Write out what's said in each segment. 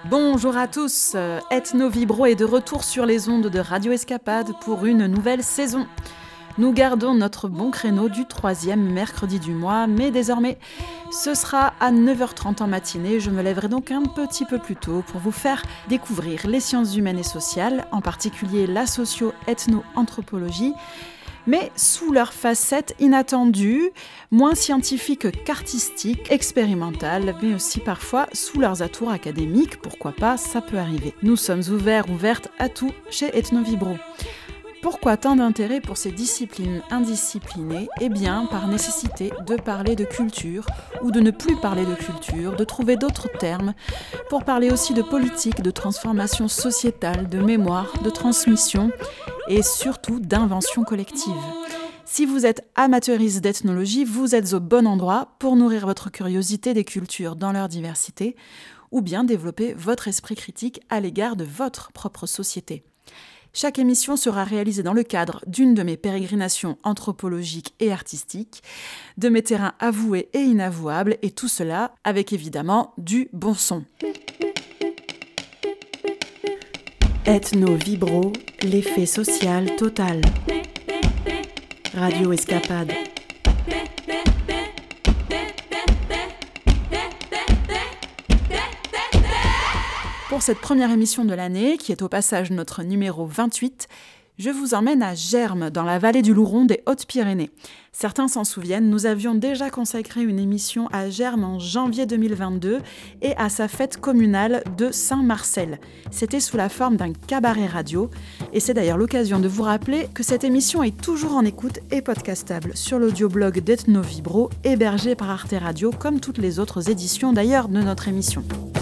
Bonjour à tous, Ethno Vibro est de retour sur les ondes de Radio Escapade pour une nouvelle saison. Nous gardons notre bon créneau du 3e mercredi du mois, mais désormais, ce sera à 9h30 en matinée. Je me lèverai donc un petit peu plus tôt pour vous faire découvrir les sciences humaines et sociales, en particulier la socio-ethno-anthropologie, mais sous leur facette inattendue, moins scientifique qu'artistique, expérimentale, mais aussi parfois sous leurs atours académiques, pourquoi pas, ça peut arriver. Nous sommes ouvertes à tout chez Ethno Vibro. Pourquoi tant d'intérêt pour ces disciplines indisciplinées ? Eh bien, par nécessité de parler de culture ou de ne plus parler de culture, de trouver d'autres termes pour parler aussi de politique, de transformation sociétale, de mémoire, de transmission et surtout d'invention collective. Si vous êtes amateuriste d'ethnologie, vous êtes au bon endroit pour nourrir votre curiosité des cultures dans leur diversité ou bien développer votre esprit critique à l'égard de votre propre société. Chaque émission sera réalisée dans le cadre d'une de mes pérégrinations anthropologiques et artistiques, de mes terrains avoués et inavouables, et tout cela avec évidemment du bon son. Ethno Vibro, l'effet social total. Radio Escapade. Pour cette première émission de l'année, qui est au passage notre numéro 28, je vous emmène à Germes, dans la vallée du Louron des Hautes-Pyrénées. Certains s'en souviennent, nous avions déjà consacré une émission à Germes en janvier 2022 et à sa fête communale de Saint-Marcel. C'était sous la forme d'un cabaret radio, et c'est d'ailleurs l'occasion de vous rappeler que cette émission est toujours en écoute et podcastable sur l'audioblog d'Ethno Vibro, hébergé par Arte Radio, comme toutes les autres éditions d'ailleurs de notre émission.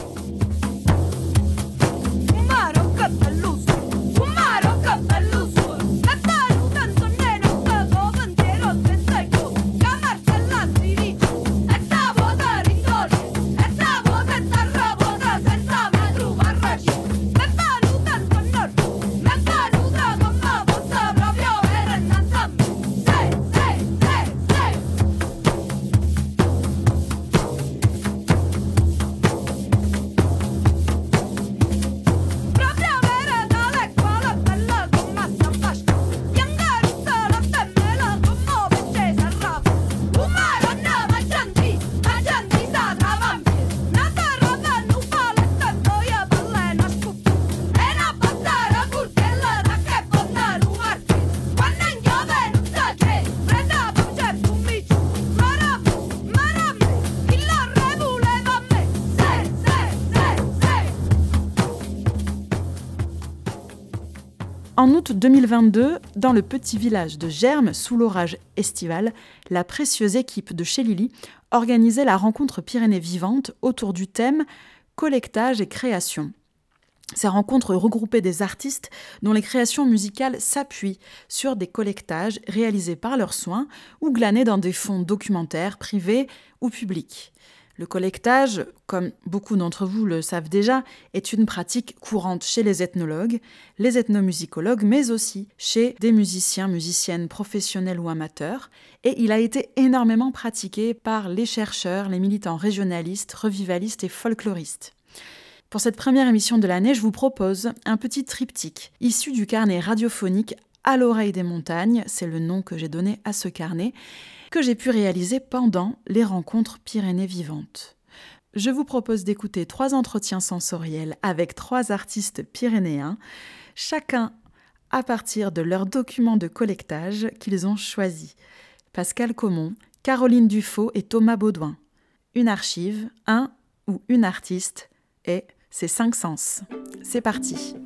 En août 2022, dans le petit village de Germes, sous l'orage estival, la précieuse équipe de chez Lily organisait la rencontre Pyrénées vivantes autour du thème « Collectage et création ». Ces rencontres regroupaient des artistes dont les créations musicales s'appuient sur des collectages réalisés par leurs soins ou glanés dans des fonds documentaires privés ou publics. Le collectage, comme beaucoup d'entre vous le savent déjà, est une pratique courante chez les ethnologues, les ethnomusicologues, mais aussi chez des musiciens, musiciennes professionnels ou amateurs, et il a été énormément pratiqué par les chercheurs, les militants régionalistes, revivalistes et folkloristes. Pour cette première émission de l'année, je vous propose un petit triptyque issu du carnet radiophonique À l'oreille des montagnes, c'est le nom que j'ai donné à ce carnet, que j'ai pu réaliser pendant les rencontres Pyrénées vivantes. Je vous propose d'écouter 3 entretiens sensoriels avec 3 artistes pyrénéens, chacun à partir de leur document de collectage qu'ils ont choisi. Pascal Caumont, Caroline Dufaux et Thomas Baudouin. Une archive, un ou une artiste et ses 5 sens. C'est parti.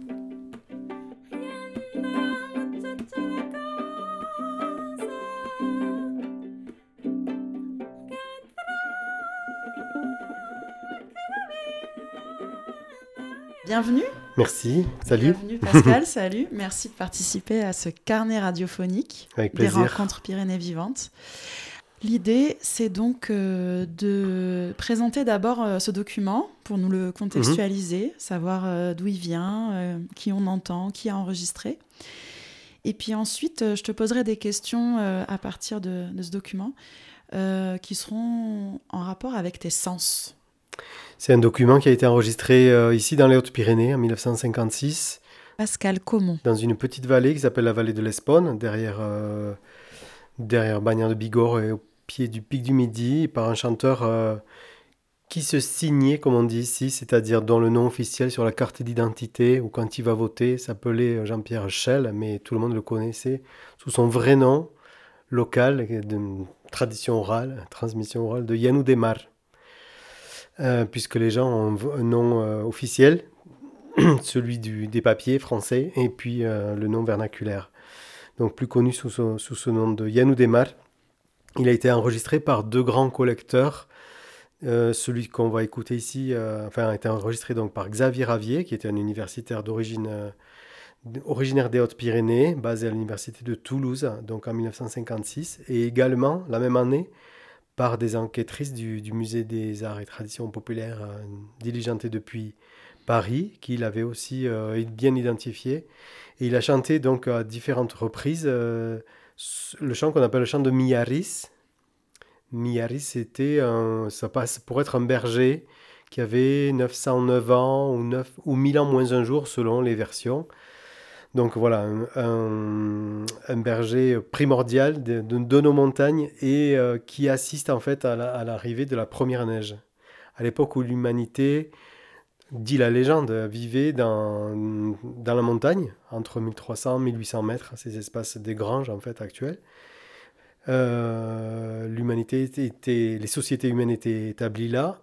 Bienvenue. Merci, salut. Bienvenue Pascal, salut. Merci de participer à ce carnet radiophonique Avec des plaisir. rencontres Pyrénées vivantes. L'idée, c'est donc de présenter d'abord ce document pour nous le contextualiser, savoir d'où il vient, qui on entend, qui a enregistré. Et puis ensuite, je te poserai des questions à partir de ce document qui seront en rapport avec tes sens. C'est un document qui a été enregistré ici dans les Hautes-Pyrénées en 1956, Pascal Caumont. dans une petite vallée qui s'appelle la vallée de l'Espaune, derrière Bagnères de Bigorre et au pied du pic du Midi, par un chanteur qui se signait, comme on dit ici, c'est-à-dire dont le nom officiel sur la carte d'identité ou quand il va voter s'appelait Jean-Pierre Schell, mais tout le monde le connaissait sous son vrai nom local, de tradition orale, transmission orale, de Yanou Demar, puisque les gens ont un nom officiel, celui des papiers français, et puis le nom vernaculaire. Donc plus connu sous ce nom de Yanou Demar. Il a été enregistré par deux grands collecteurs. Celui qu'on va écouter ici a été enregistré donc par Xavier Ravier, qui était un universitaire originaire des Hautes-Pyrénées, basé à l'université de Toulouse, donc en 1956, et également, la même année, par des enquêtrices du Musée des Arts et Traditions Populaires, diligentées depuis Paris, qu'il avait aussi bien identifié. Et il a chanté donc à différentes reprises le chant qu'on appelle le chant de Miaris. Miaris, ça passe pour être un berger qui avait 909 ans ou 1000 ans moins un jour selon les versions. Donc voilà, un berger primordial de nos montagnes et qui assiste en fait à l'arrivée de la première neige. À l'époque où l'humanité, dit la légende, vivait dans la montagne, entre 1300 et 1800 mètres, ces espaces des granges en fait actuels. Les sociétés humaines étaient établies là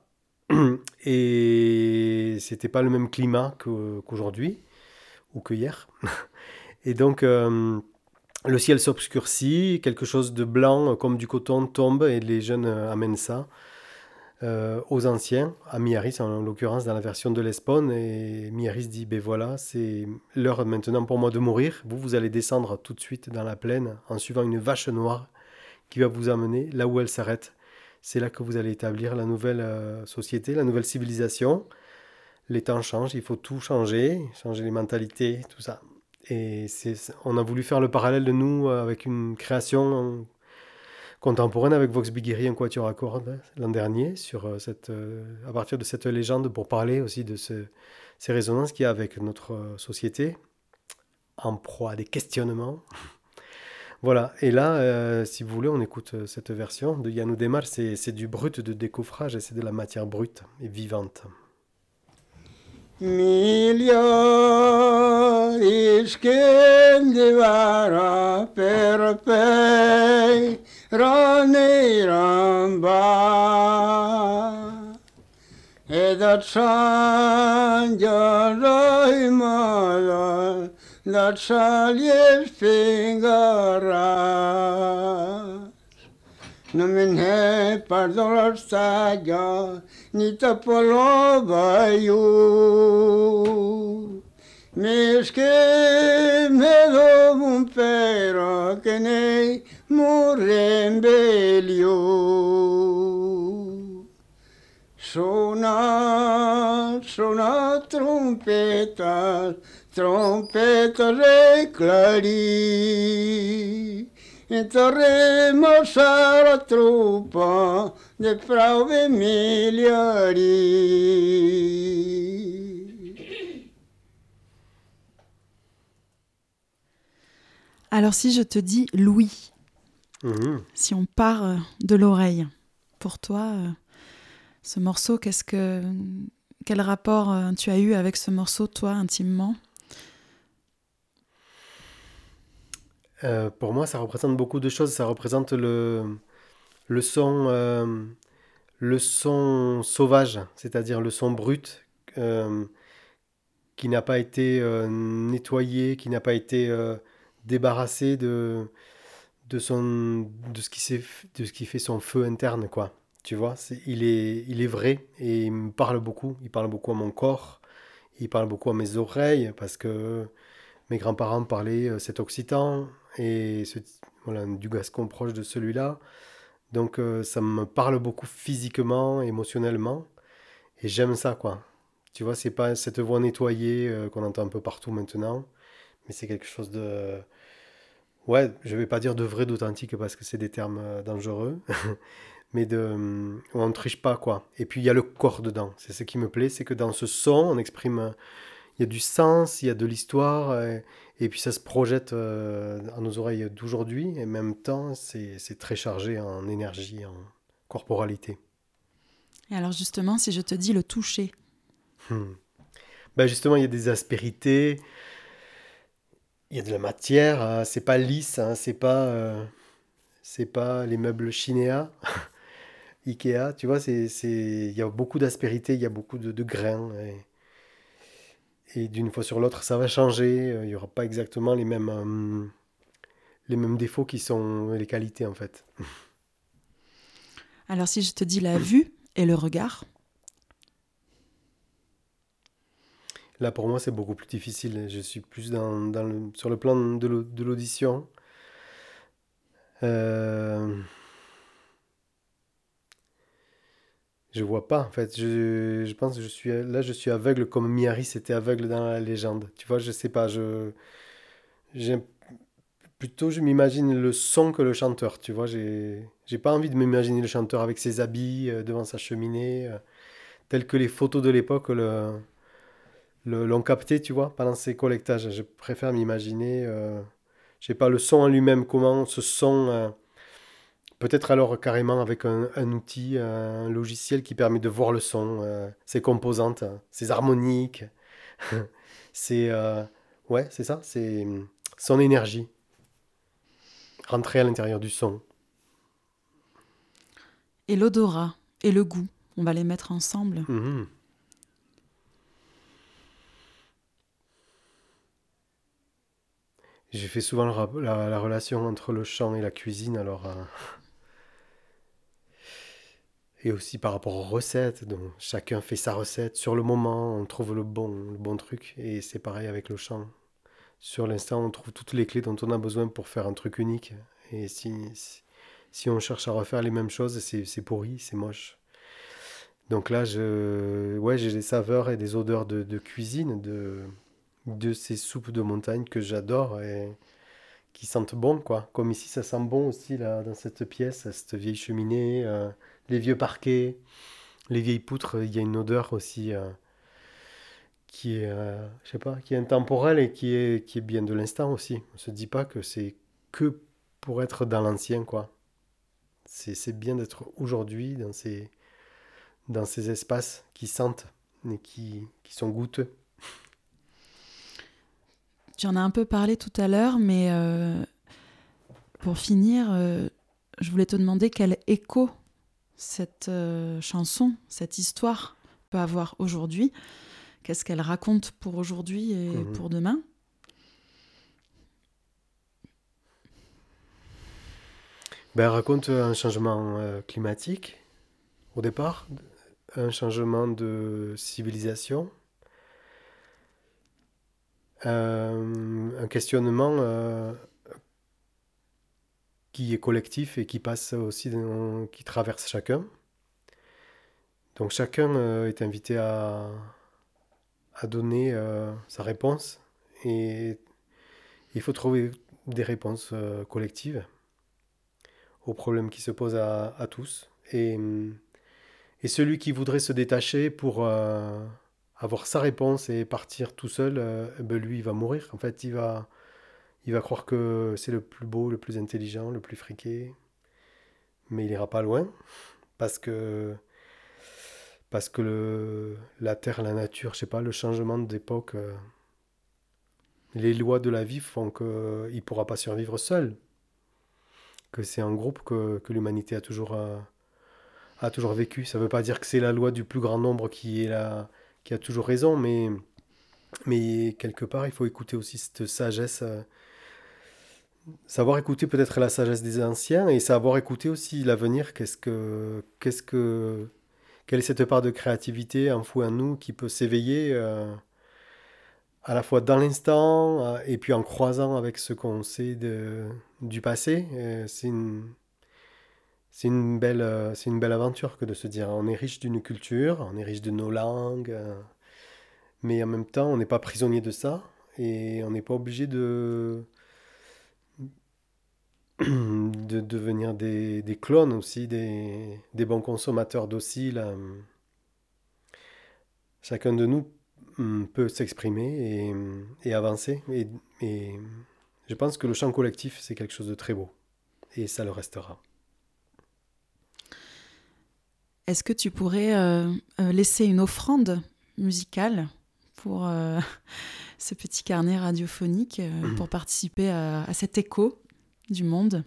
et c'était pas le même climat qu'aujourd'hui ou que hier. Et donc, le ciel s'obscurcit, quelque chose de blanc comme du coton tombe et les jeunes amènent ça aux anciens, à Miaris en l'occurrence dans la version de l'Espone. Et Miaris dit, ben voilà, c'est l'heure maintenant pour moi de mourir. Vous allez descendre tout de suite dans la plaine en suivant une vache noire qui va vous amener là où elle s'arrête. C'est là que vous allez établir la nouvelle société, la nouvelle civilisation. Les temps changent, il faut tout changer, changer les mentalités, tout ça. Et on a voulu faire le parallèle de nous avec une création contemporaine avec Vox Bigeri, un quatuor à cordes l'an dernier, à partir de cette légende, pour parler aussi de ces résonances qu'il y a avec notre société, en proie à des questionnements. Voilà, et là, si vous voulez, on écoute cette version de Yanou Demar, c'est du brut de décoffrage et c'est de la matière brute et vivante. Miliaris kendivara perpei raniramba edat sanjaroimala dat saljes fingara no minhe pardon stagia ni tapolo bayu miske medo un pero que ne murembelio sona trompeta de clarí. Entraremos a la trupa de Frau Emiliari. Alors si je te dis Louis, si on part de l'oreille, pour toi, ce morceau, quel rapport tu as eu avec ce morceau, toi, intimement ? Pour moi, ça représente beaucoup de choses. Ça représente le son sauvage, c'est-à-dire le son brut, qui n'a pas été nettoyé, qui n'a pas été débarrassé de ce qui fait son feu interne, quoi. Tu vois, il est vrai et il me parle beaucoup. Il parle beaucoup à mon corps, il parle beaucoup à mes oreilles parce que mes grands-parents parlaient cet occitan et voilà, du gascon proche de celui-là. Donc ça me parle beaucoup physiquement, émotionnellement. Et j'aime ça, quoi. Tu vois, c'est pas cette voix nettoyée qu'on entend un peu partout maintenant, mais c'est quelque chose de... Ouais, je vais pas dire de vrai, d'authentique, parce que c'est des termes dangereux. où on ne triche pas, quoi. Et puis il y a le corps dedans. C'est ce qui me plaît, c'est que dans ce son, on exprime, il y a du sens, il y a de l'histoire, et puis ça se projette à nos oreilles d'aujourd'hui, et en même temps, c'est très chargé en énergie, en corporalité. Et alors justement, si je te dis le toucher, Hmm. Ben justement, il y a des aspérités, il y a de la matière, c'est pas lisse, hein, c'est pas les meubles Chinéa, Ikea, tu vois, il y a beaucoup d'aspérités, il y a beaucoup de grains, et d'une fois sur l'autre, ça va changer, il y aura pas exactement les mêmes défauts qui sont les qualités, en fait. alors si je te dis la vue et le regard, Là, pour moi, c'est beaucoup plus difficile. Je suis plus sur le plan de l'audition. Euh, je vois pas, en fait. Je pense que je suis aveugle comme Miaris était aveugle dans la légende. Tu vois, je sais pas. J'ai, plutôt, je m'imagine le son que le chanteur. Tu vois, j'ai pas envie de m'imaginer le chanteur avec ses habits devant sa cheminée, tel que les photos de l'époque l'ont capté, tu vois, pendant ses collectages. Je préfère m'imaginer, je sais pas, le son en lui-même, comment ce son, peut-être alors carrément avec un outil, un logiciel qui permet de voir le son, ses composantes, ses harmoniques, c'est ouais, c'est ça, c'est son énergie, rentrer à l'intérieur du son. et l'odorat et le goût, on va les mettre ensemble. Mhm. J'ai fait souvent la relation entre le chant et la cuisine, alors et aussi par rapport aux recettes, donc chacun fait sa recette. Sur le moment, on trouve le bon truc. Et c'est pareil avec le chant. Sur l'instant, on trouve toutes les clés dont on a besoin pour faire un truc unique. Et si on cherche à refaire les mêmes choses, c'est pourri, c'est moche. Donc là, ouais, j'ai des saveurs et des odeurs de cuisine, de ces soupes de montagne que j'adore et qui sentent bon, quoi. Comme ici, ça sent bon aussi, là, dans cette pièce, cette vieille cheminée, les vieux parquets. Les vieilles poutres, il y a une odeur aussi qui est, je sais pas, qui est intemporelle et qui est bien de l'instant aussi. On se dit pas que c'est que pour être dans l'ancien, quoi. C'est bien d'être aujourd'hui dans ces espaces qui sentent et qui sont goûteux. Tu en as un peu parlé tout à l'heure, mais pour finir, je voulais te demander quel écho cette chanson, cette histoire peut avoir aujourd'hui. Qu'est-ce qu'elle raconte pour aujourd'hui et Mhm. pour demain? Ben, elle raconte un changement climatique au départ, un changement de civilisation, un questionnement qui est collectif et qui passe aussi, qui traverse chacun. Donc chacun est invité à donner sa réponse et il faut trouver des réponses collectives aux problèmes qui se posent à tous. Et celui qui voudrait se détacher pour avoir sa réponse et partir tout seul, ben lui, il va mourir. En fait, il va croire que c'est le plus beau, le plus intelligent, le plus friqué, mais il ira pas loin parce que la terre, la nature, je sais pas, le changement d'époque, les lois de la vie font qu'il ne pourra pas survivre seul, que c'est en groupe que l'humanité a toujours vécu. Ça ne veut pas dire que c'est la loi du plus grand nombre qui a toujours raison, mais quelque part, il faut écouter aussi cette sagesse, savoir écouter peut-être la sagesse des anciens et savoir écouter aussi l'avenir. Quelle est cette part de créativité enfouie en nous qui peut s'éveiller à la fois dans l'instant et puis en croisant avec ce qu'on sait du passé. C'est une belle aventure que de se dire on est riche d'une culture, on est riche de nos langues, mais en même temps on n'est pas prisonnier de ça et on n'est pas obligé de devenir des clones aussi, des bons consommateurs dociles. Chacun de nous peut s'exprimer et avancer. Et je pense que le chant collectif, c'est quelque chose de très beau. Et ça le restera. Est-ce que tu pourrais laisser une offrande musicale pour ce petit carnet radiophonique pour participer à cet écho du monde?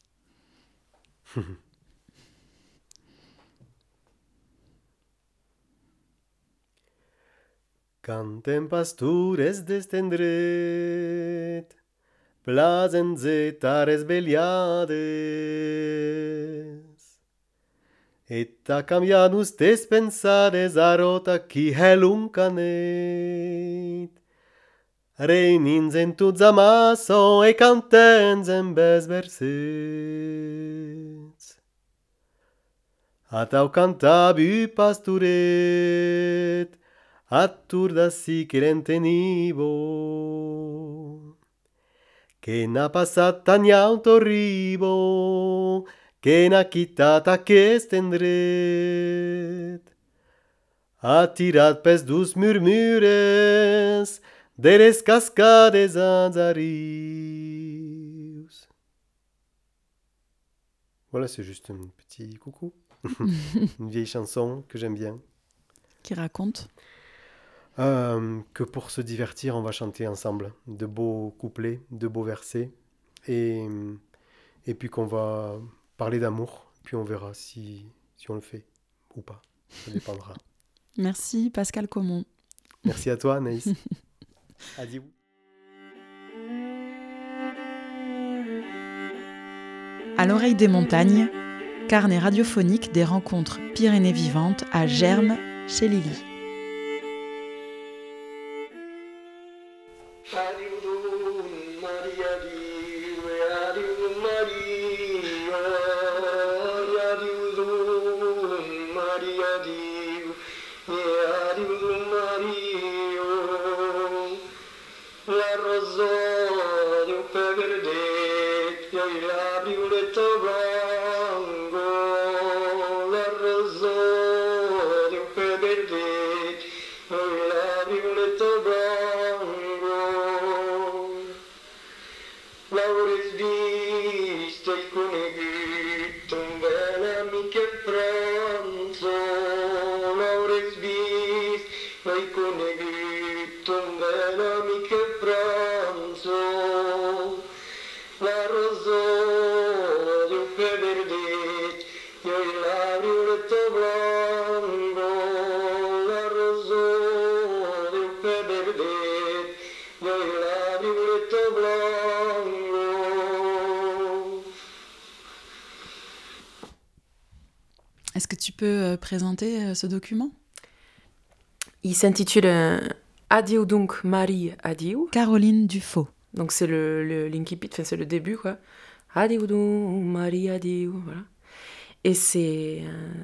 Cantem pastures destendret, placens et ares beliades, et cambianus tes pensades arota qui helum canet, reinins en tuts amasso e cantens en bes versets. Atau cantabu pasturet, atturda sicere tenivo, che n'ha passat tagnant ribo, che n'ha quittata che stendret, ha tirat pes dus murmures, deres cascades azarius. Voilà, c'est juste un petit coucou. Une vieille chanson que j'aime bien. Qui raconte Que pour se divertir, on va chanter ensemble de beaux couplets, de beaux versets, et puis qu'on va parler d'amour, puis on verra si on le fait ou pas. Ça dépendra. Merci Pascal Caumont. Merci à toi Anaïs. Adieu. À l'oreille des montagnes, carnet radiophonique des rencontres Pyrénées vivantes à Germes chez Lily. Est-ce que tu peux présenter ce document ? Il s'intitule Adieu donc Marie, adieu. Caroline Dufaux. Donc c'est le l'incipit, enfin c'est le début quoi. Adieu donc Marie, adieu, voilà. Et c'est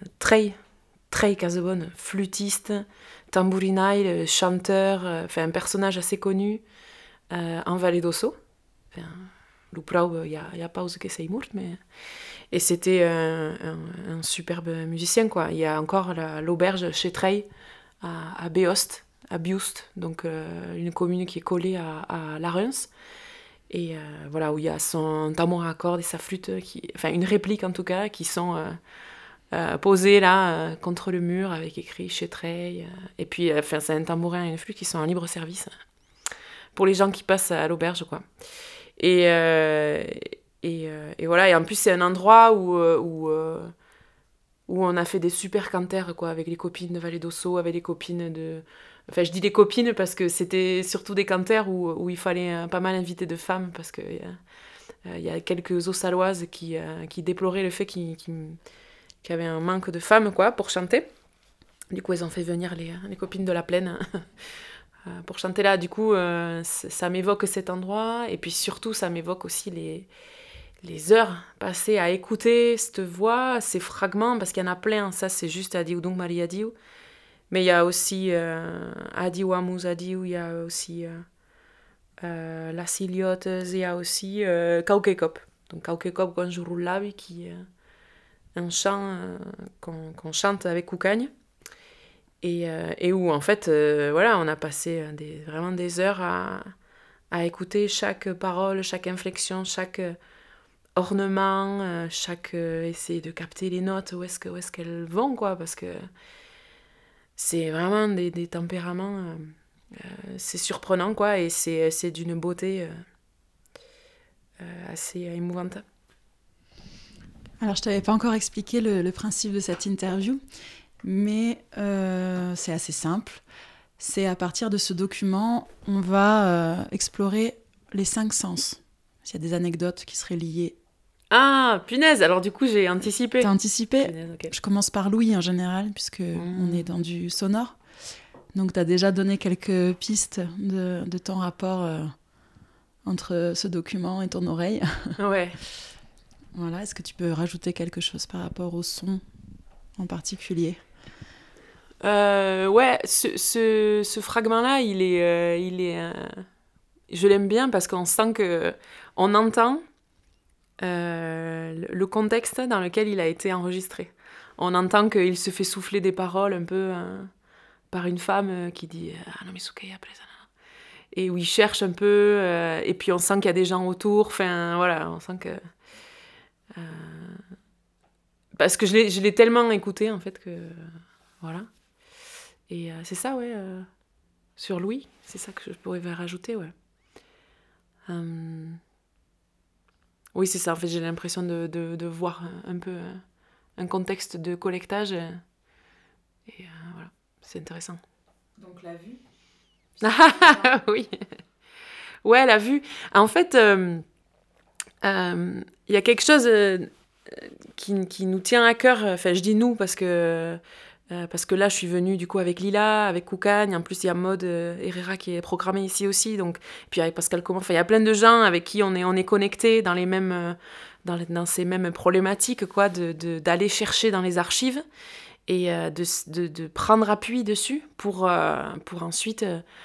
Trey Casabonne, flûtiste, tambourinaille, chanteur, enfin un personnage assez connu en Vallée d'Osso. Enfin, Luprau, il y a pause que c'est mort, mais... Et c'était un superbe musicien, quoi. Il y a encore l'auberge chez Trey, à Beost, à Biust, donc une commune qui est collée à Larens. Et voilà, où il y a son tambour à cordes et sa flûte, enfin une réplique en tout cas, qui sont posées là, contre le mur, avec écrit chez Trey. Et puis, c'est un tambourin et une flûte qui sont en libre service pour les gens qui passent à l'auberge, quoi. Et voilà, et en plus c'est un endroit où on a fait des super canters, quoi, avec les copines de Vallée d'Osso, avec les copines de... Enfin, je dis des copines parce que c'était surtout des canters où il fallait pas mal inviter de femmes, parce que y a quelques Ossaloises qui déploraient le fait qu'il y avait un manque de femmes, quoi, pour chanter. Du coup, elles ont fait venir les copines de la plaine pour chanter là. Du coup, ça m'évoque cet endroit, et puis surtout, ça m'évoque aussi les heures passées à écouter cette voix, ces fragments, parce qu'il y en a plein. Ça, c'est juste Adieu donc Marie Adieu. Mais il y a aussi Adieu Amous Adieu, il y a aussi La Siliotes, il y a aussi Kaukekop. Donc Kaukekop Gonjurulabi, qui est un chant qu'on chante avec Koukagne. Et où, en fait, voilà, on a passé vraiment des heures à écouter chaque parole, chaque inflexion, chaque ornement, essayer de capter les notes, où est-ce qu'elles vont, quoi, parce que c'est vraiment des tempéraments, c'est surprenant, quoi, et c'est d'une beauté assez émouvante. Alors, je t'avais pas encore expliqué le principe de cette interview, mais c'est assez simple. C'est à partir de ce document, on va explorer les 5 sens. S'il y a des anecdotes qui seraient liées. Ah, punaise, alors du coup, j'ai anticipé. T'as anticipé ? Punaise, ok. Je commence par l'ouïe en général, puisque on est dans du sonore. Donc, t'as déjà donné quelques pistes de ton rapport entre ce document et ton oreille. Ouais. Voilà, est-ce que tu peux rajouter quelque chose par rapport au son en particulier ? Ouais, ce fragment-là, il est je l'aime bien parce qu'on sent que on entend le contexte dans lequel il a été enregistré. On entend qu'il se fait souffler des paroles un peu par une femme qui dit ah non mais Soukeya, et où il cherche un peu et puis on sent qu'il y a des gens autour. Enfin voilà, on sent que parce que je l'ai tellement écouté en fait que voilà. Et c'est ça, ouais. Sur Louis, c'est ça que je pourrais rajouter, ouais. Oui, c'est ça. En fait, j'ai l'impression de voir un peu un contexte de collectage. Et voilà, c'est intéressant. Donc la vue. Oui. Ouais, la vue. En fait, il y a quelque chose qui nous tient à cœur. Enfin, je dis nous parce que là, je suis venue du coup avec Lila, avec Koukagne. En plus, il y a Maud Herrera qui est programmée ici aussi. Donc, puis avec Pascal Comment. Enfin, il y a plein de gens avec qui on est connectés dans les mêmes, dans ces mêmes problématiques, quoi, d'aller chercher dans les archives et de prendre appui dessus pour ensuite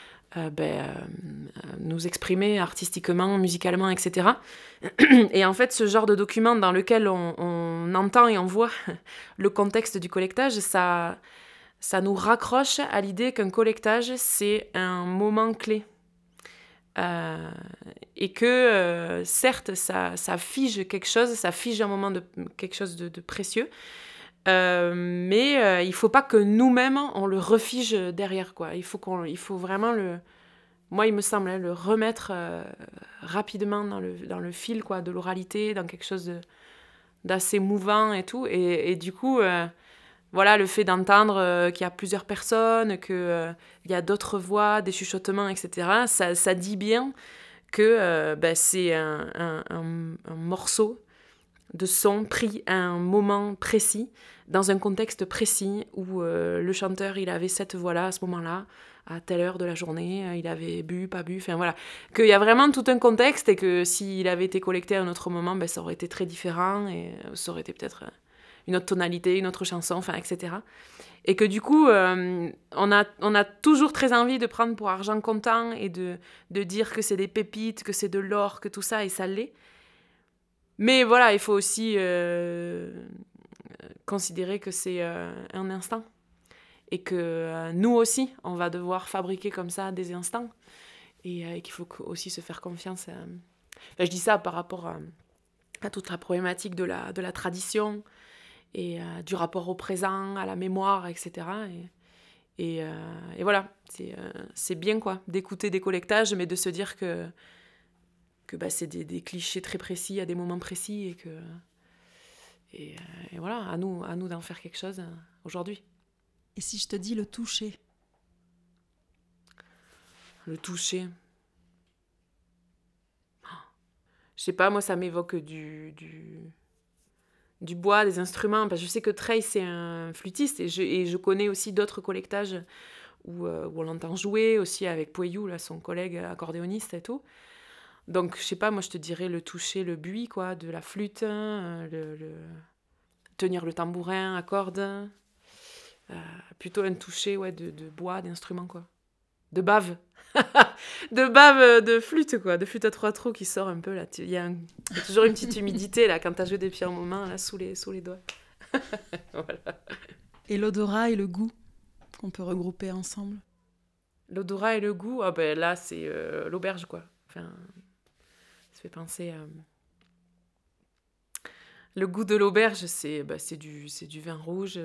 nous exprimer artistiquement, musicalement, etc. Et en fait, ce genre de document dans lequel on entend et on voit le contexte du collectage, ça nous raccroche à l'idée qu'un collectage, c'est un moment clé. Et que, certes, ça fige quelque chose, ça fige un moment de quelque chose de précieux, mais il faut pas que nous-mêmes, on le refige derrière, quoi. Il faut vraiment moi, il me semble, le remettre rapidement dans le fil, quoi, de l'oralité, dans quelque chose d'assez mouvant et tout. Et du coup, voilà, le fait d'entendre qu'il y a plusieurs personnes, qu'il y a d'autres voix, des chuchotements, etc., ça dit bien que c'est un morceau de son pris à un moment précis, dans un contexte précis, où le chanteur, il avait cette voix-là à ce moment-là, à telle heure de la journée, il avait bu, pas bu, enfin voilà. Qu'il y a vraiment tout un contexte et que s'il avait été collecté à un autre moment, ça aurait été très différent et ça aurait été peut-être une autre tonalité, une autre chanson, enfin, etc. Et que du coup, on a toujours très envie de prendre pour argent comptant et de dire que c'est des pépites, que c'est de l'or, que tout ça, et ça l'est. Mais voilà, il faut aussi considérer que c'est un instant. Et que nous aussi, on va devoir fabriquer comme ça des instants. Et qu'il faut aussi se faire confiance. Je dis ça par rapport à toute la problématique de la tradition et du rapport au présent, à la mémoire, etc. Et voilà, c'est bien quoi, d'écouter des collectages, mais de se dire que c'est des clichés très précis à des moments précis et voilà, à nous d'en faire quelque chose aujourd'hui. Et si je te dis le toucher ? Le toucher. Je sais pas, moi ça m'évoque du bois, des instruments, parce que je sais que Trey c'est un flûtiste et je connais aussi d'autres collectages où on l'entend jouer aussi avec Poyou, là, son collègue accordéoniste et tout. Donc je sais pas, moi je te dirais le toucher, le buis quoi, de la flûte, tenir le tambourin à cordes. Plutôt un toucher de bois, d'instruments, quoi. de bave. De bave de flûte, quoi, de flûte à 3 trous qui sort un peu, là. Il y a toujours une petite humidité, là, quand t'as joué depuis un moment, là, sous les doigts. Voilà. Et l'odorat et le goût qu'on peut regrouper ensemble. L'odorat et le goût, ah ben là, c'est l'auberge, quoi. Enfin, ça fait penser à... Le goût de l'auberge, c'est du vin rouge,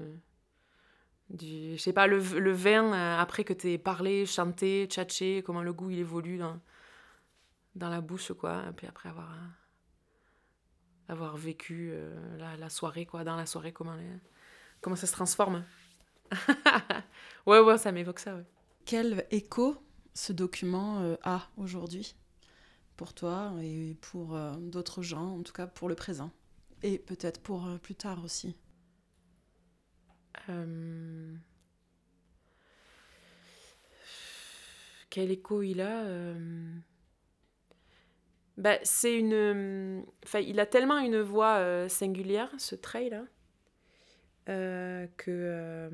je sais pas, le vin, après que t'aies parlé, chanté, tchatché, comment le goût, il évolue dans la bouche, quoi. Et puis après avoir vécu la soirée, quoi. Dans la soirée, comment ça se transforme. Ouais, ça m'évoque ça, ouais. Quel écho ce document a aujourd'hui pour toi et pour d'autres gens, en tout cas pour le présent, et peut-être pour plus tard aussi. Quel écho il a c'est une... il a tellement une voix singulière, ce Trey-là, que...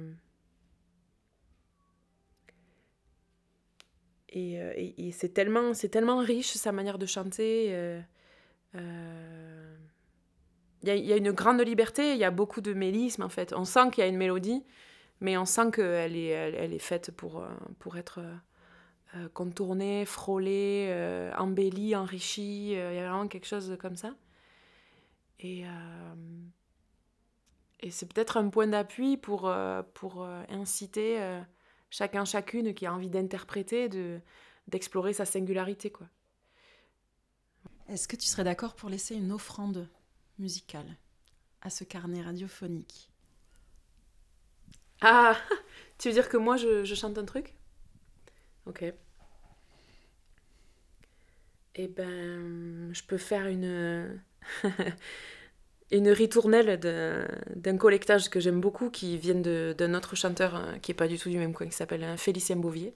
Et c'est tellement riche, sa manière de chanter. Il y a une grande liberté, il y a beaucoup de mélisme, en fait. On sent qu'il y a une mélodie, mais on sent qu'elle elle est faite pour être contournée, frôlée, embellie, enrichie. Il y a vraiment quelque chose comme ça. Et c'est peut-être un point d'appui pour inciter chacune qui a envie d'interpréter, d'explorer sa singularité, quoi. Est-ce que tu serais d'accord pour laisser une offrande musicale à ce carnet radiophonique? Ah, tu veux dire que moi je chante un truc? Ok. Eh ben, je peux faire une une ritournelle d'un collectage que j'aime beaucoup, qui vient d'un autre chanteur qui est pas du tout du même coin, qui s'appelle Félicien Bouvier,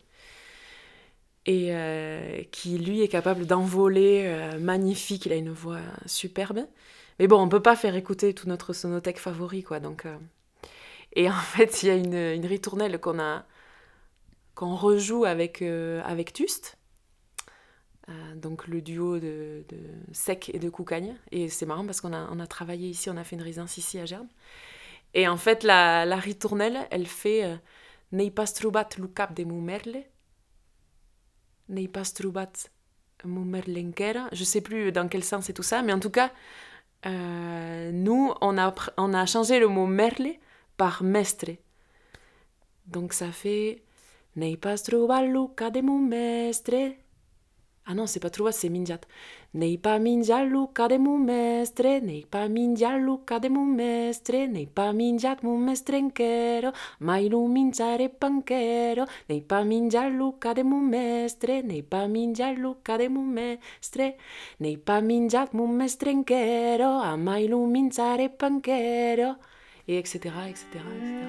et qui lui est capable d'envoler, magnifique, il a une voix superbe. Mais bon, on peut pas faire écouter tout notre sonothèque favori, quoi, donc... Et en fait, il y a une ritournelle qu'on rejoue avec Tuste, donc le duo de Sec et de Coucagne. Et c'est marrant parce qu'on a travaillé ici, on a fait une résidence ici à Germes. Et en fait, la ritournelle, elle fait Nei pas trobat lu cap de mu merle, Nei pas trobat mu merlenquera. Je sais plus dans quel sens c'est tout ça, mais en tout cas, nous, on a changé le mot merle par mestre. Donc ça fait Nei pas trobat lu cap de mu mestre. Ah non, c'est pas trobat, c'est minjat. Nei pas minjat lu cap de mu mestre, nei pas minjat lu cap de mu mestre, nei pas minjat mu mestrenquero, mai lu minjare panquero, nei pas minjat lu cap de mu mestre, nei pas minjat lu cap de mu mestre, nei pas minjat mu mestrenquero, a mai lu minjare panquero, et etc., etc., etc.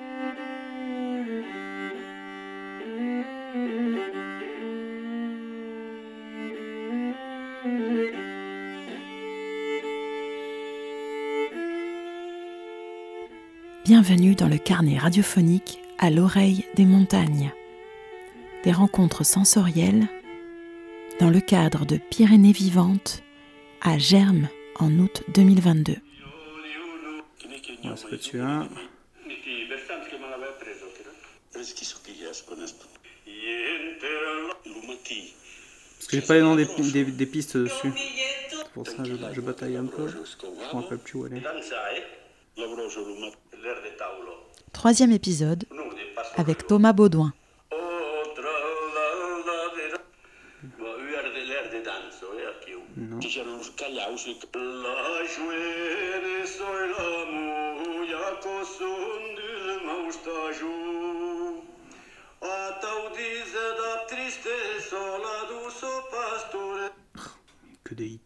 Bienvenue dans le carnet radiophonique à l'oreille des montagnes. Des rencontres sensorielles dans le cadre de Pyrénées vivantes à Germes en août 2022. Voilà, ça peut être celui-là. Parce que j'ai pas les noms des pistes dessus. C'est pour ça que je bataille un peu. Je me rappelle plus où elle est. Troisième épisode avec Thomas Baudouin. Non. Que des hits.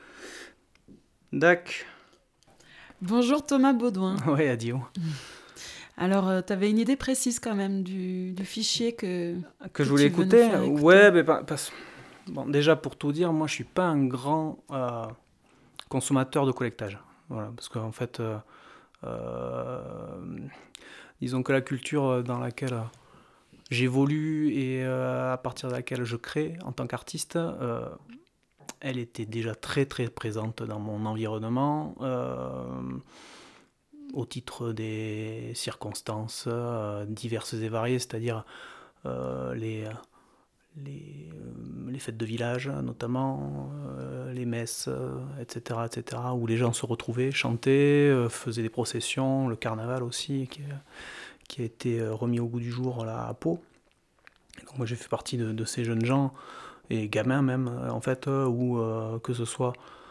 Dac. Bonjour Thomas Baudouin. Ouais, adieu. Alors, tu avais une idée précise quand même du fichier que je voulais tu veux nous écouter. faire écouter. Ouais, mais bon, déjà pour tout dire, moi je suis pas un grand consommateur de collectage. Voilà, parce qu'en fait, disons que la culture dans laquelle j'évolue et à partir de laquelle je crée en tant qu'artiste, elle était déjà très très présente dans mon environnement, au titre des circonstances diverses et variées, c'est-à-dire les fêtes de village notamment, les messes, etc., etc., où les gens se retrouvaient, chantaient, faisaient des processions, le carnaval aussi, qui a été remis au goût du jour là, à Pau. Et donc moi j'ai fait partie de ces jeunes gens, et gamins même, en fait, où que ce soit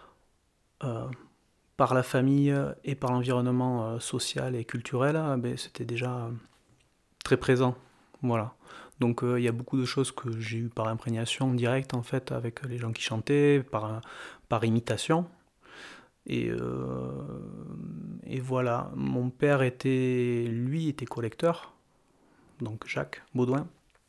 par la famille et par l'environnement social et culturel, ben, c'était déjà très présent. Voilà. Donc il y a beaucoup de choses que j'ai eues par imprégnation directe en fait avec les gens qui chantaient, par imitation. Et voilà, mon père lui était collecteur, donc Jacques Baudouin.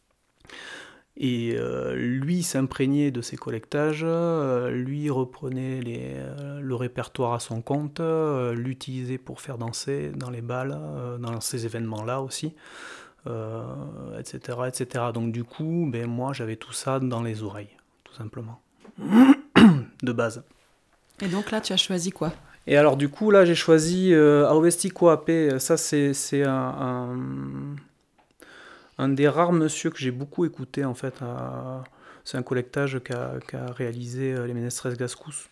Et lui s'imprégnait de ces collectages, lui reprenait le répertoire à son compte, l'utilisait pour faire danser dans les balles, dans ces événements-là aussi. Etc., etc. Donc du coup, ben, moi j'avais tout ça dans les oreilles, tout simplement, de base. Et donc là, tu as choisi quoi? Et alors du coup, là j'ai choisi Aovesti Coapé. Ça c'est un des rares monsieur que j'ai beaucoup écouté en fait. C'est un collectage qu'a réalisé les Ménestres Gascous.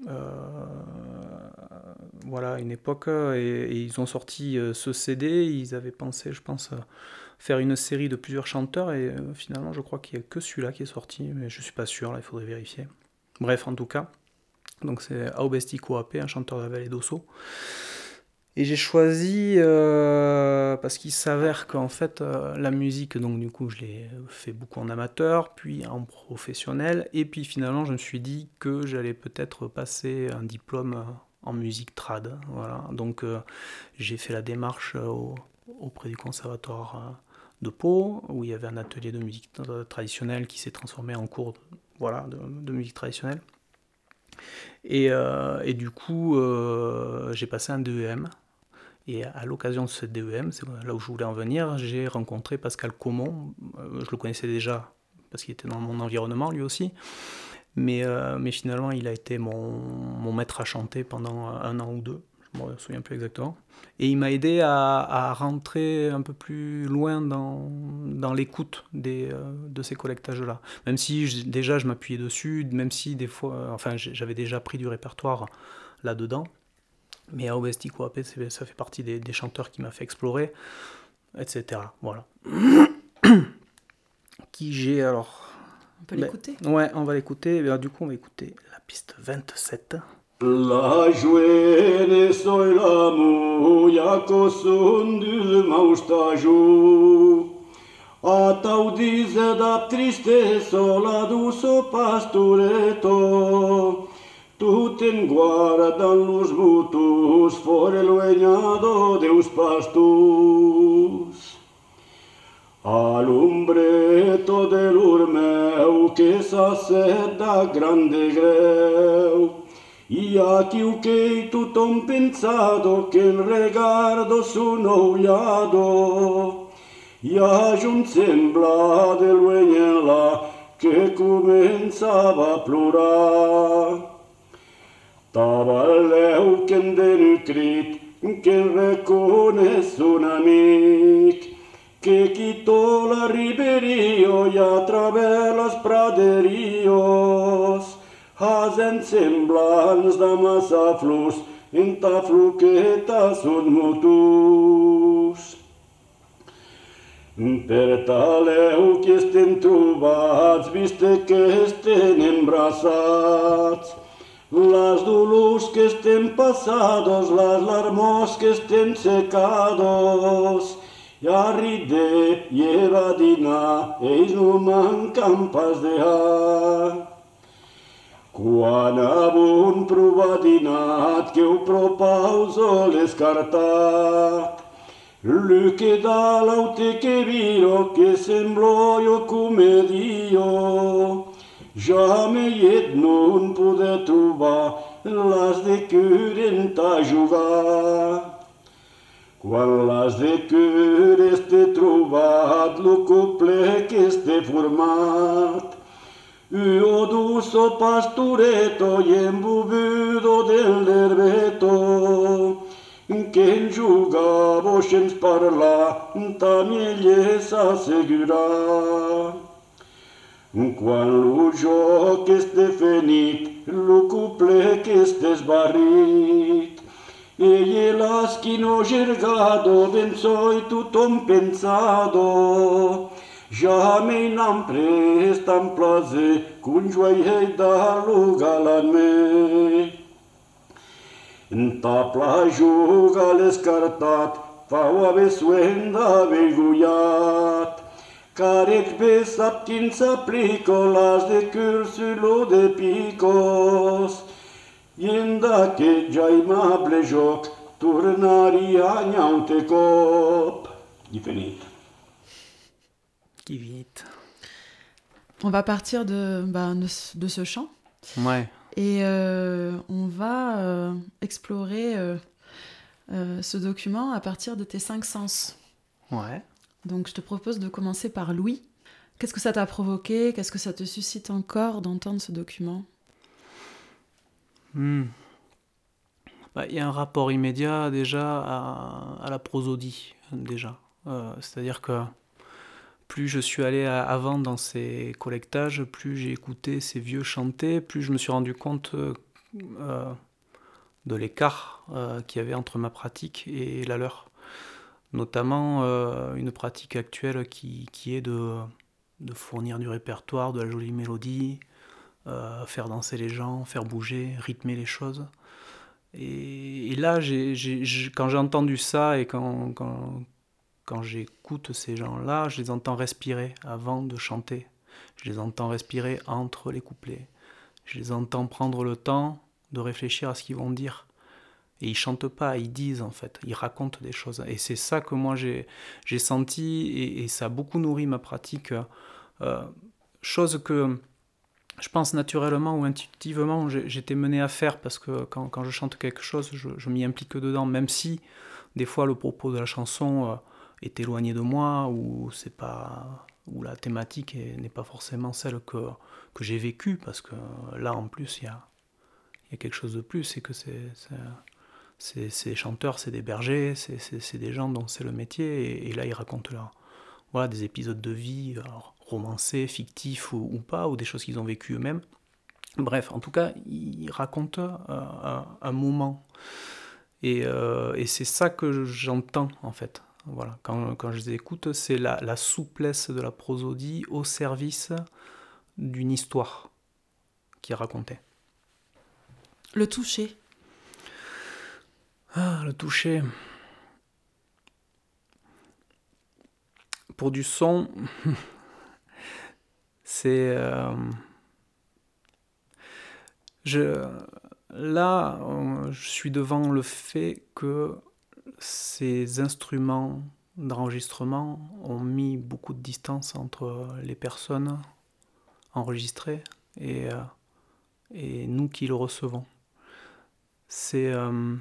Voilà, une époque, et ils ont sorti ce CD. Ils avaient pensé, je pense, faire une série de plusieurs chanteurs, et finalement je crois qu'il n'y a que celui-là qui est sorti, mais je suis pas sûr, là il faudrait vérifier. Bref, en tout cas, donc c'est Aobesti Coapé, un chanteur de la vallée d'Osso. Et j'ai choisi parce qu'il s'avère qu'en fait la musique, donc du coup je l'ai fait beaucoup en amateur, puis en professionnel, et puis finalement je me suis dit que j'allais peut-être passer un diplôme en musique trad. Voilà. Donc j'ai fait la démarche auprès du conservatoire de Pau, où il y avait un atelier de musique traditionnelle qui s'est transformé en cours de musique traditionnelle. Et du coup, j'ai passé un DEM. Et à l'occasion de ce DEM, c'est là où je voulais en venir, j'ai rencontré Pascal Caumont. Je le connaissais déjà parce qu'il était dans mon environnement lui aussi. Mais finalement, il a été mon maître à chanter pendant 1 an ou 2. Je ne me souviens plus exactement. Et il m'a aidé à rentrer un peu plus loin dans l'écoute de ces collectages-là. Même si déjà je m'appuyais dessus, même si des fois, enfin j'avais déjà pris du répertoire là-dedans. Mais Aobesti Coapé, ça fait partie des chanteurs qui m'a fait explorer, etc. Voilà. Qui j'ai alors... On peut l'écouter? Ouais, on va l'écouter. Du coup, on va écouter la piste 27. La joene soy la muia cosundul maustaju. A tau dize da tristeso la duso pastureto. Tu ten guardan los butus for el veñado deus pastus. Alumbreto del urmeu que sa seda grande greu. E aqui o que tothom pensado que en regardo su noullado. E a junt sembla del veñela que començava a plorar. Tavaleu que en den crit que en reconeix un amic que quitó la riberio y a través las praderios hasen semblants de massa flors en ta floqueta són motus. Per taleu que estem trobats, viste que estem embraçats, las dolors que estem passados, las larmos que estem secados, ja ride i evadina, ells no manquen pas de Quan avun provadinat que ho propauso l'escartat, lui che da laute che viro che semblò io come Dio, ja meiet non poder trobar las de curent a jugar. Quan l'as de cur este trovat, lo coplec este format. Io duso pastureto y embubudo dell'erbeto, che giugavo senza parla, ta mie s'assegura. Quan lo joc este finit, lo cuplec este sbarrit, e l'aschino gergado, ben soi tothom pensado, jamais n'am prest am place, cun joiei da lo galan me. Ta plajuga l'escartat, fau ave suenda veguiat, carec pe saptin s'aplico las de cursulo de picos, Ienda che già aimable joc, tornaria niente cop. Il finit. Qui vite. On va partir de ce chant Ouais. et on va explorer ce document à partir de tes 5 sens. Ouais. Donc je te propose de commencer par l'ouïe. Qu'est-ce que ça t'a provoqué? Qu'est-ce que ça te suscite encore d'entendre ce document? Bah, y a un rapport immédiat déjà à la prosodie, déjà. C'est-à-dire que plus je suis allé avant dans ces collectages, plus j'ai écouté ces vieux chanter, plus je me suis rendu compte de l'écart qu'il y avait entre ma pratique et la leur. Notamment une pratique actuelle qui est de fournir du répertoire, de la jolie mélodie, faire danser les gens, faire bouger, rythmer les choses. Et là, quand j'ai entendu ça et quand j'écoute ces gens-là, je les entends respirer avant de chanter. Je les entends respirer entre les couplets. Je les entends prendre le temps de réfléchir à ce qu'ils vont dire. Et ils chantent pas, ils disent en fait, ils racontent des choses. Et c'est ça que moi j'ai senti et ça a beaucoup nourri ma pratique. Chose que je pense naturellement ou intuitivement j'étais mené à faire parce que quand je chante quelque chose, je m'y implique dedans, même si des fois le propos de la chanson est éloigné de moi ou c'est pas, ou la thématique n'est pas forcément celle que j'ai vécue, parce que là en plus il y a quelque chose de plus, c'est que ces chanteurs, c'est des bergers, c'est des gens dont c'est le métier, et là ils racontent voilà, des épisodes de vie, alors, romancés, fictifs ou pas, ou des choses qu'ils ont vécues eux-mêmes. Bref, en tout cas, ils racontent un moment. Et c'est ça que j'entends, en fait. Voilà, quand je les écoute, c'est la souplesse de la prosodie au service d'une histoire qui est racontée. Le toucher. Ah, le toucher. Pour du son, c'est... Là, je suis devant le fait que ces instruments d'enregistrement ont mis beaucoup de distance entre les personnes enregistrées et nous qui le recevons. C'est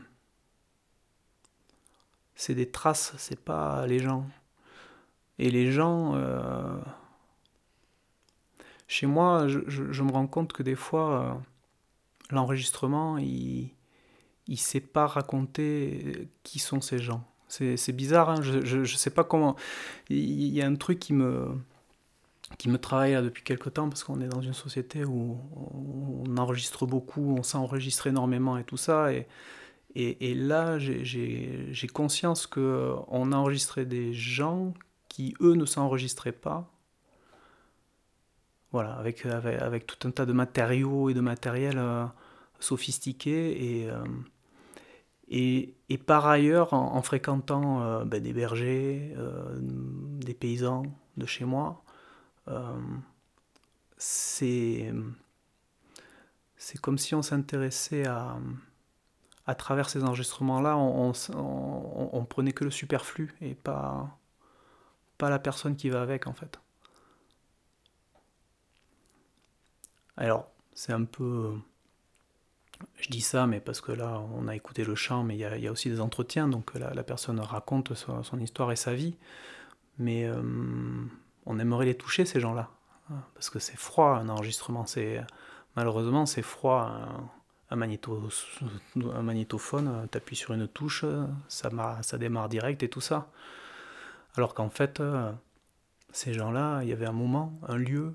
des traces, c'est pas les gens. Et les gens, chez moi, je me rends compte que des fois, l'enregistrement, il sait pas raconter qui sont ces gens. C'est bizarre, hein, je sais pas comment. Il y a un truc qui me travaille là depuis quelque temps, parce qu'on est dans une société où on enregistre beaucoup, on s'enregistre énormément et tout ça, et là j'ai conscience qu'on a enregistré des gens qui eux ne s'enregistraient pas, voilà, avec tout un tas de matériaux et de matériel sophistiqué, et par ailleurs en fréquentant des bergers, des paysans de chez moi, c'est comme si on s'intéressait à travers ces enregistrements-là, on prenait que le superflu et pas la personne qui va avec, en fait. Alors, c'est un peu Je dis ça, mais parce que là, on a écouté le chant, mais il y a aussi des entretiens, donc la personne raconte son histoire et sa vie. Mais on aimerait les toucher, ces gens-là. Parce que c'est froid, un enregistrement. Malheureusement, c'est froid. Un magnétophone, t'appuies sur une touche, ça démarre direct et tout ça. Alors qu'en fait, ces gens-là, il y avait un moment, un lieu,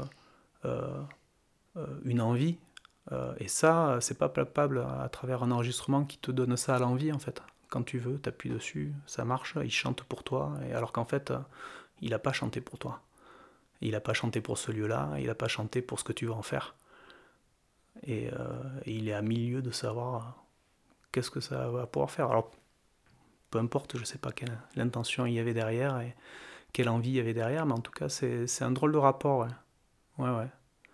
une envie. Et ça, c'est pas palpable à travers un enregistrement qui te donne ça à l'envie, en fait. Quand tu veux, t'appuies dessus, ça marche, il chante pour toi. Et alors qu'en fait, il n'a pas chanté pour toi. Il n'a pas chanté pour ce lieu-là, il n'a pas chanté pour ce que tu veux en faire. Et il est à milieu de savoir qu'est-ce que ça va pouvoir faire. Alors, peu importe, je ne sais pas quelle intention il y avait derrière et quelle envie il y avait derrière, mais en tout cas, c'est un drôle de rapport, ouais. Ouais.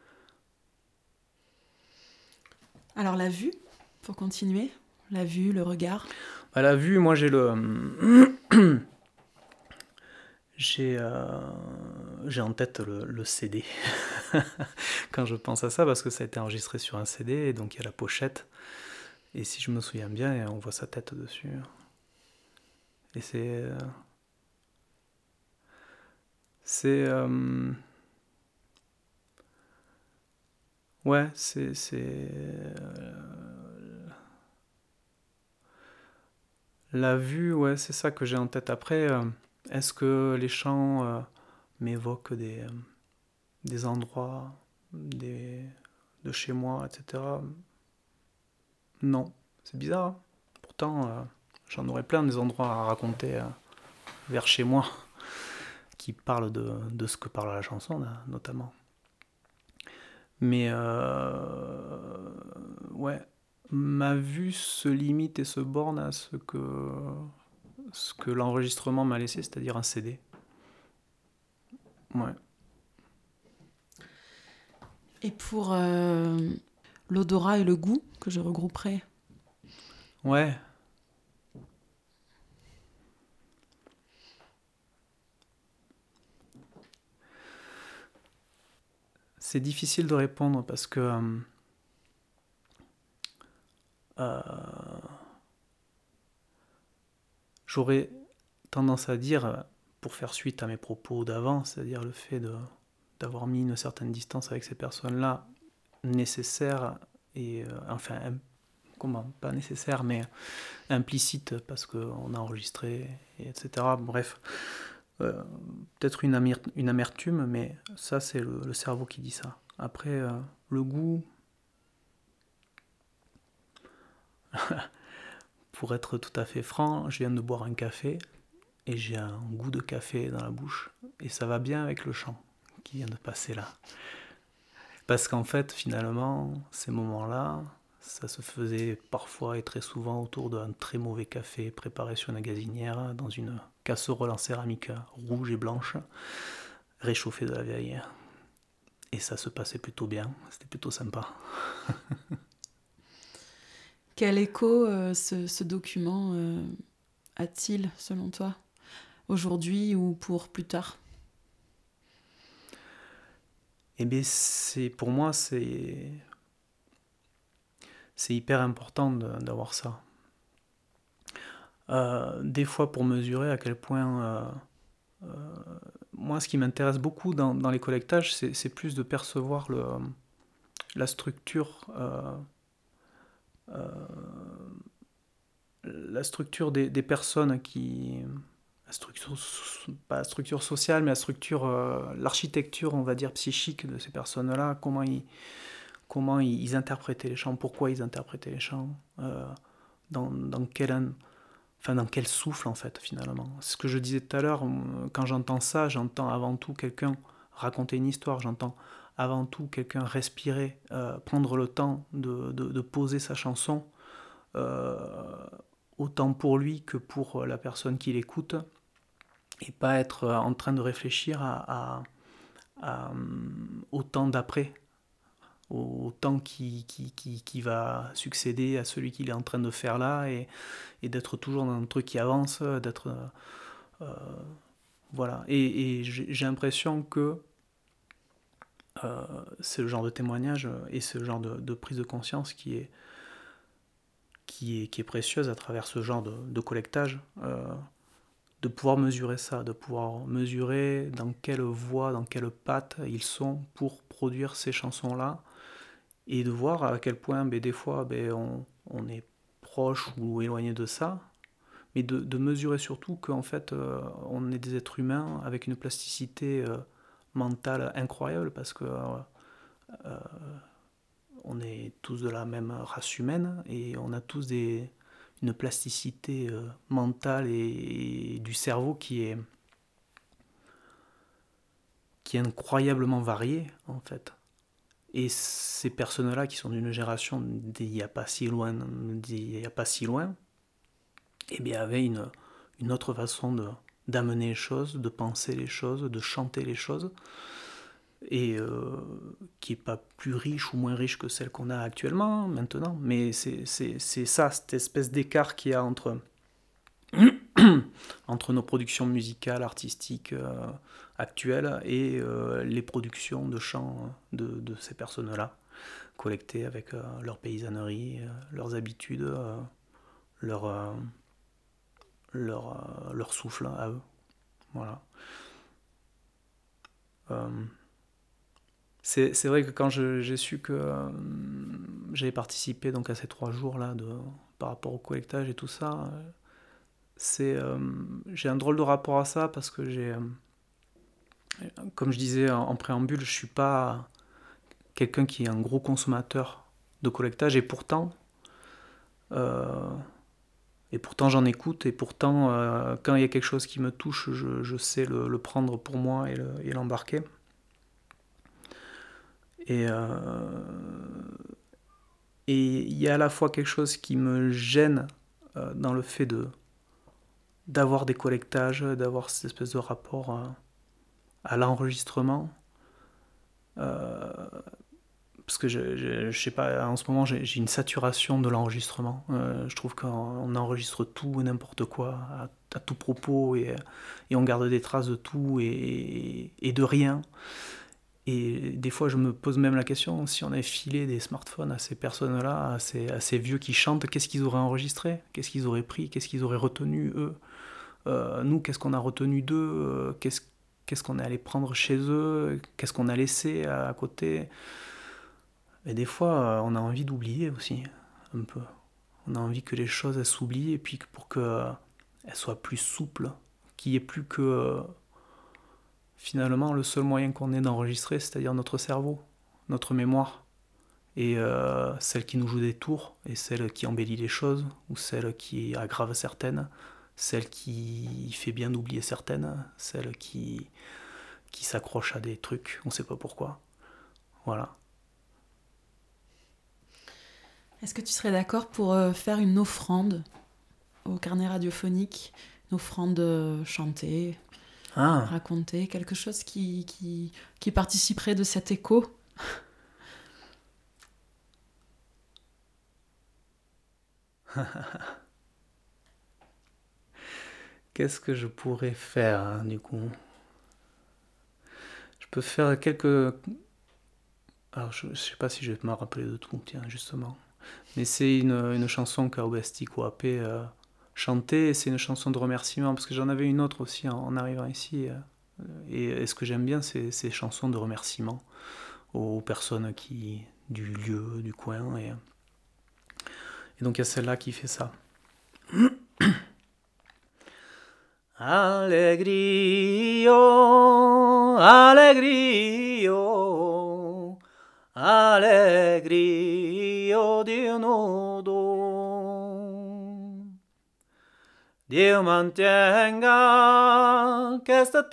Alors la vue, pour continuer, la vue, le regard. À la vue, moi j'ai j'ai en tête le CD quand je pense à ça, parce que ça a été enregistré sur un CD, et donc il y a la pochette, et si je me souviens bien, on voit sa tête dessus. Et ouais, la vue, ouais, c'est ça que j'ai en tête. Après, est-ce que les chants m'évoquent des endroits de chez moi, etc. Non, c'est bizarre, hein. Pourtant, j'en aurais plein des endroits à raconter vers chez moi qui parlent de ce que parle la chanson, là, notamment. Mais ouais, ma vue se limite et se borne à ce que l'enregistrement m'a laissé, c'est-à-dire un CD. Ouais. Et pour l'odorat et le goût, que je regrouperai. Ouais. C'est difficile de répondre parce que j'aurais tendance à dire, pour faire suite à mes propos d'avant, c'est-à-dire le fait d'avoir mis une certaine distance avec ces personnes-là, nécessaire et comment, pas nécessaire, mais implicite, parce qu'on a enregistré, etc. Bref, peut-être une amertume, mais ça, c'est le cerveau qui dit ça. Après, le goût, pour être tout à fait franc, je viens de boire un café, et j'ai un goût de café dans la bouche, et ça va bien avec le chant qui vient de passer là. Parce qu'en fait, finalement, ces moments-là, ça se faisait parfois et très souvent autour d'un très mauvais café préparé sur une gazinière, dans une casserole en céramique rouge et blanche, réchauffée de la veille. Et ça se passait plutôt bien, c'était plutôt sympa. Quel écho ce document a-t-il, selon toi, aujourd'hui ou pour plus tard ? Eh bien, pour moi, c'est hyper important d'avoir ça. Des fois, pour mesurer à quel point... moi, ce qui m'intéresse beaucoup dans les collectages, c'est plus de percevoir la structure... la structure des personnes qui... pas la structure sociale, mais l'architecture, on va dire, psychique de ces personnes-là, comment ils interprétaient les chants, pourquoi ils interprétaient les chants, dans quel souffle, en fait, finalement. C'est ce que je disais tout à l'heure, quand j'entends ça, j'entends avant tout quelqu'un raconter une histoire, j'entends avant tout quelqu'un respirer, prendre le temps de poser sa chanson, autant pour lui que pour la personne qui l'écoute, et pas être en train de réfléchir au temps d'après, au temps qui va succéder à celui qu'il est en train de faire là, et d'être toujours dans un truc qui avance, d'être... voilà. Et j'ai l'impression que c'est le genre de témoignage et ce genre de prise de conscience qui est qui est précieuse à travers ce genre de collectage, de pouvoir mesurer ça, de pouvoir mesurer dans quelle voie, dans quelle patte ils sont pour produire ces chansons-là, et de voir à quel point des fois on est proche ou éloigné de ça, mais de mesurer surtout qu'en fait on est des êtres humains avec une plasticité mentale incroyable, parce que on est tous de la même race humaine et on a tous une plasticité mentale et du cerveau qui est incroyablement variée en fait. Et ces personnes-là qui sont d'une génération d'il n'y a pas si loin, eh bien avaient une autre façon d'amener les choses, de penser les choses, de chanter les choses, et qui n'est pas plus riche ou moins riche que celle qu'on a actuellement, maintenant. Mais c'est ça, cette espèce d'écart qu'il y a entre nos productions musicales, artistiques actuelles et les productions de chants de ces personnes-là, collectées avec leur paysannerie, leurs habitudes, leur souffle à eux. Voilà. C'est vrai que quand j'ai su que j'avais participé donc à ces 3 jours-là par rapport au collectage et tout ça, j'ai un drôle de rapport à ça, parce que comme je disais en préambule, je suis pas quelqu'un qui est un gros consommateur de collectage, et pourtant j'en écoute, et pourtant quand il y a quelque chose qui me touche, je sais le prendre pour moi et l'embarquer. Et il y a à la fois quelque chose qui me gêne dans le fait d'avoir des collectages, d'avoir cette espèce de rapport à l'enregistrement. Parce que je sais pas, en ce moment j'ai une saturation de l'enregistrement. Je trouve qu'on enregistre tout et n'importe quoi à tout propos, et on garde des traces de tout et de rien. Et des fois, je me pose même la question, si on avait filé des smartphones à ces personnes-là, à ces vieux qui chantent, qu'est-ce qu'ils auraient enregistré ? Qu'est-ce qu'ils auraient pris ? Qu'est-ce qu'ils auraient retenu, eux ? Nous, qu'est-ce qu'on a retenu d'eux ? Qu'est-ce qu'on est allé prendre chez eux ? Qu'est-ce qu'on a laissé à côté ? Et des fois, on a envie d'oublier aussi, un peu. On a envie que les choses, elles s'oublient, et puis pour qu'elles soient plus souples, qu'il n'y ait plus que... finalement, le seul moyen qu'on ait d'enregistrer, c'est-à-dire notre cerveau, notre mémoire, et celle qui nous joue des tours, et celle qui embellit les choses, ou celle qui aggrave certaines, celle qui fait bien oublier certaines, celle qui s'accroche à des trucs, on ne sait pas pourquoi. Voilà. Est-ce que tu serais d'accord pour faire une offrande au carnet radiophonique, une offrande chantée, raconter quelque chose qui participerait de cet écho? Qu'est-ce que je pourrais faire, du coup? Je peux faire quelques... Alors, je ne sais pas si je vais me rappeler de tout, tiens, justement. Mais c'est une chanson qu'Aubesti Coap chantait, et c'est une chanson de remerciement, parce que j'en avais une autre aussi en arrivant ici. Et ce que j'aime bien, c'est ces chansons de remerciement aux personnes du lieu, du coin. Et donc il y a celle-là qui fait ça. Allegrio, allegrio, allegrio di nudo. Dio mantenga questa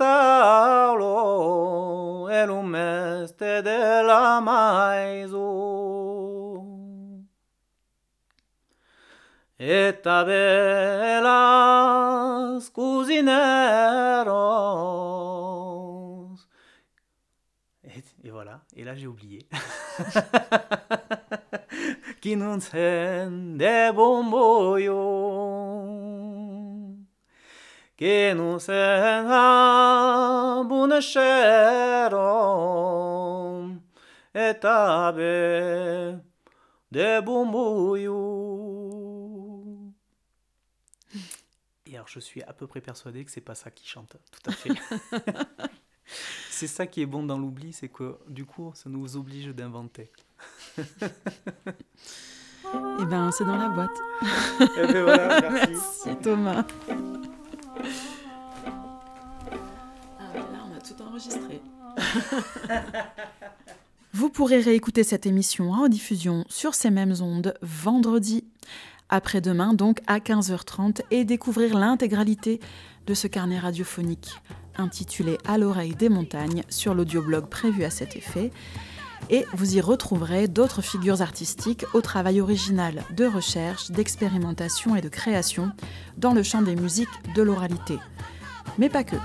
tavolo e l'umeste della maizo. E tabelas cusineros. Et voilà, et là j'ai oublié. Qui non sende bomboio, che non senda bonachero, e tabe de bomboio. d'ailleurs, je suis à peu près persuadé que c'est pas ça qu'ils chantent, tout à fait. C'est ça qui est bon dans l'oubli, c'est que du coup, ça nous oblige d'inventer. Eh ben, c'est dans la boîte. Et ben voilà, merci. Merci Thomas. Ah, là, on a tout enregistré. Vous pourrez réécouter cette émission en rediffusion sur ces mêmes ondes vendredi, après-demain donc à 15h30, et découvrir l'intégralité de ce carnet radiophonique intitulé « À l'oreille des montagnes » sur l'audioblog prévu à cet effet. Et vous y retrouverez d'autres figures artistiques au travail original de recherche, d'expérimentation et de création dans le champ des musiques de l'oralité. Mais pas que.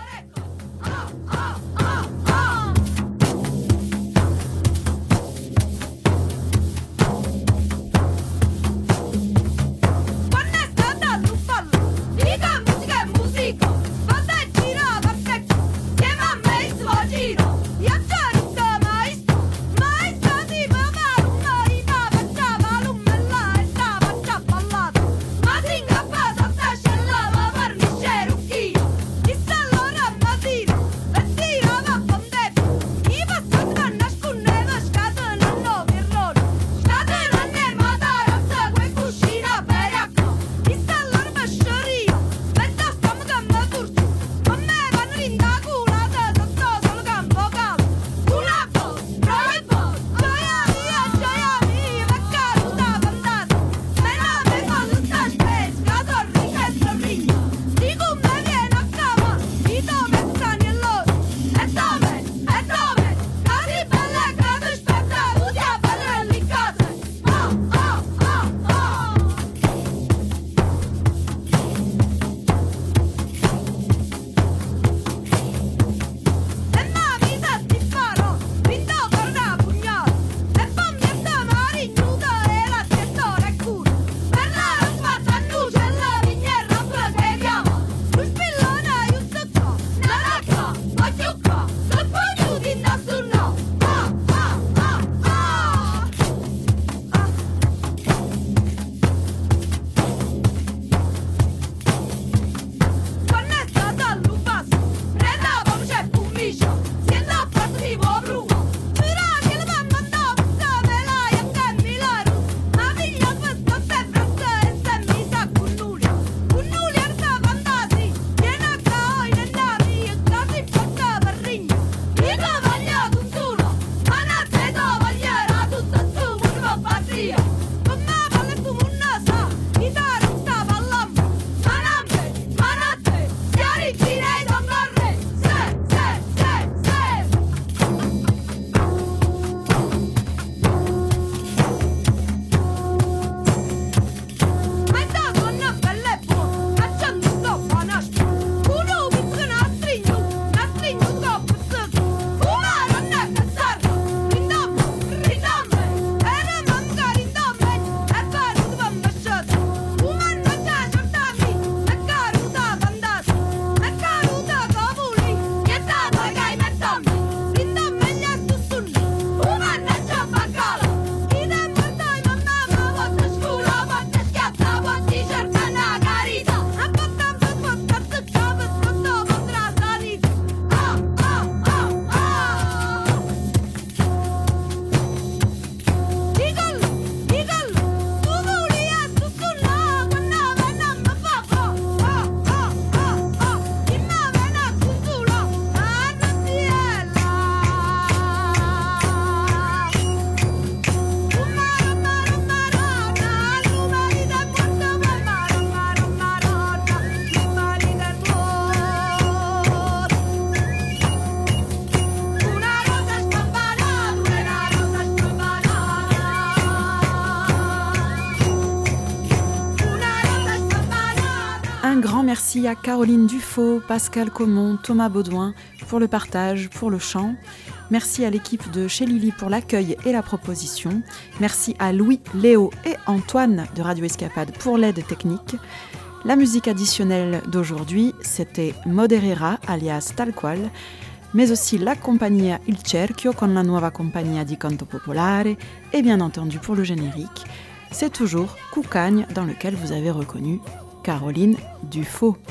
Merci à Caroline Dufaux, Pascal Comon, Thomas Baudouin pour le partage, pour le chant. Merci à l'équipe de Chez Lily pour l'accueil et la proposition. Merci à Louis, Léo et Antoine de Radio Escapade pour l'aide technique. La musique additionnelle d'aujourd'hui, c'était Moderera, alias Tal Qual, mais aussi la Compagnia Il Cerchio con la nuova Compagnia di Canto Popolare et bien entendu pour le générique, c'est toujours Cucagne dans lequel vous avez reconnu Caroline Dufaux.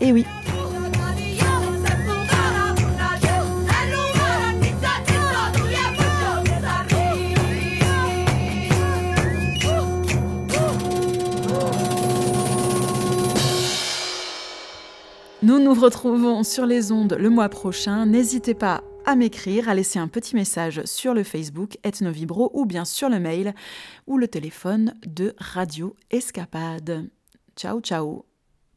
Et oui. Nous nous retrouvons sur les ondes le mois prochain. N'hésitez pas à m'écrire, à laisser un petit message sur le Facebook Ethnovibro ou bien sur le mail ou le téléphone de Radio Escapade. Ciao, ciao.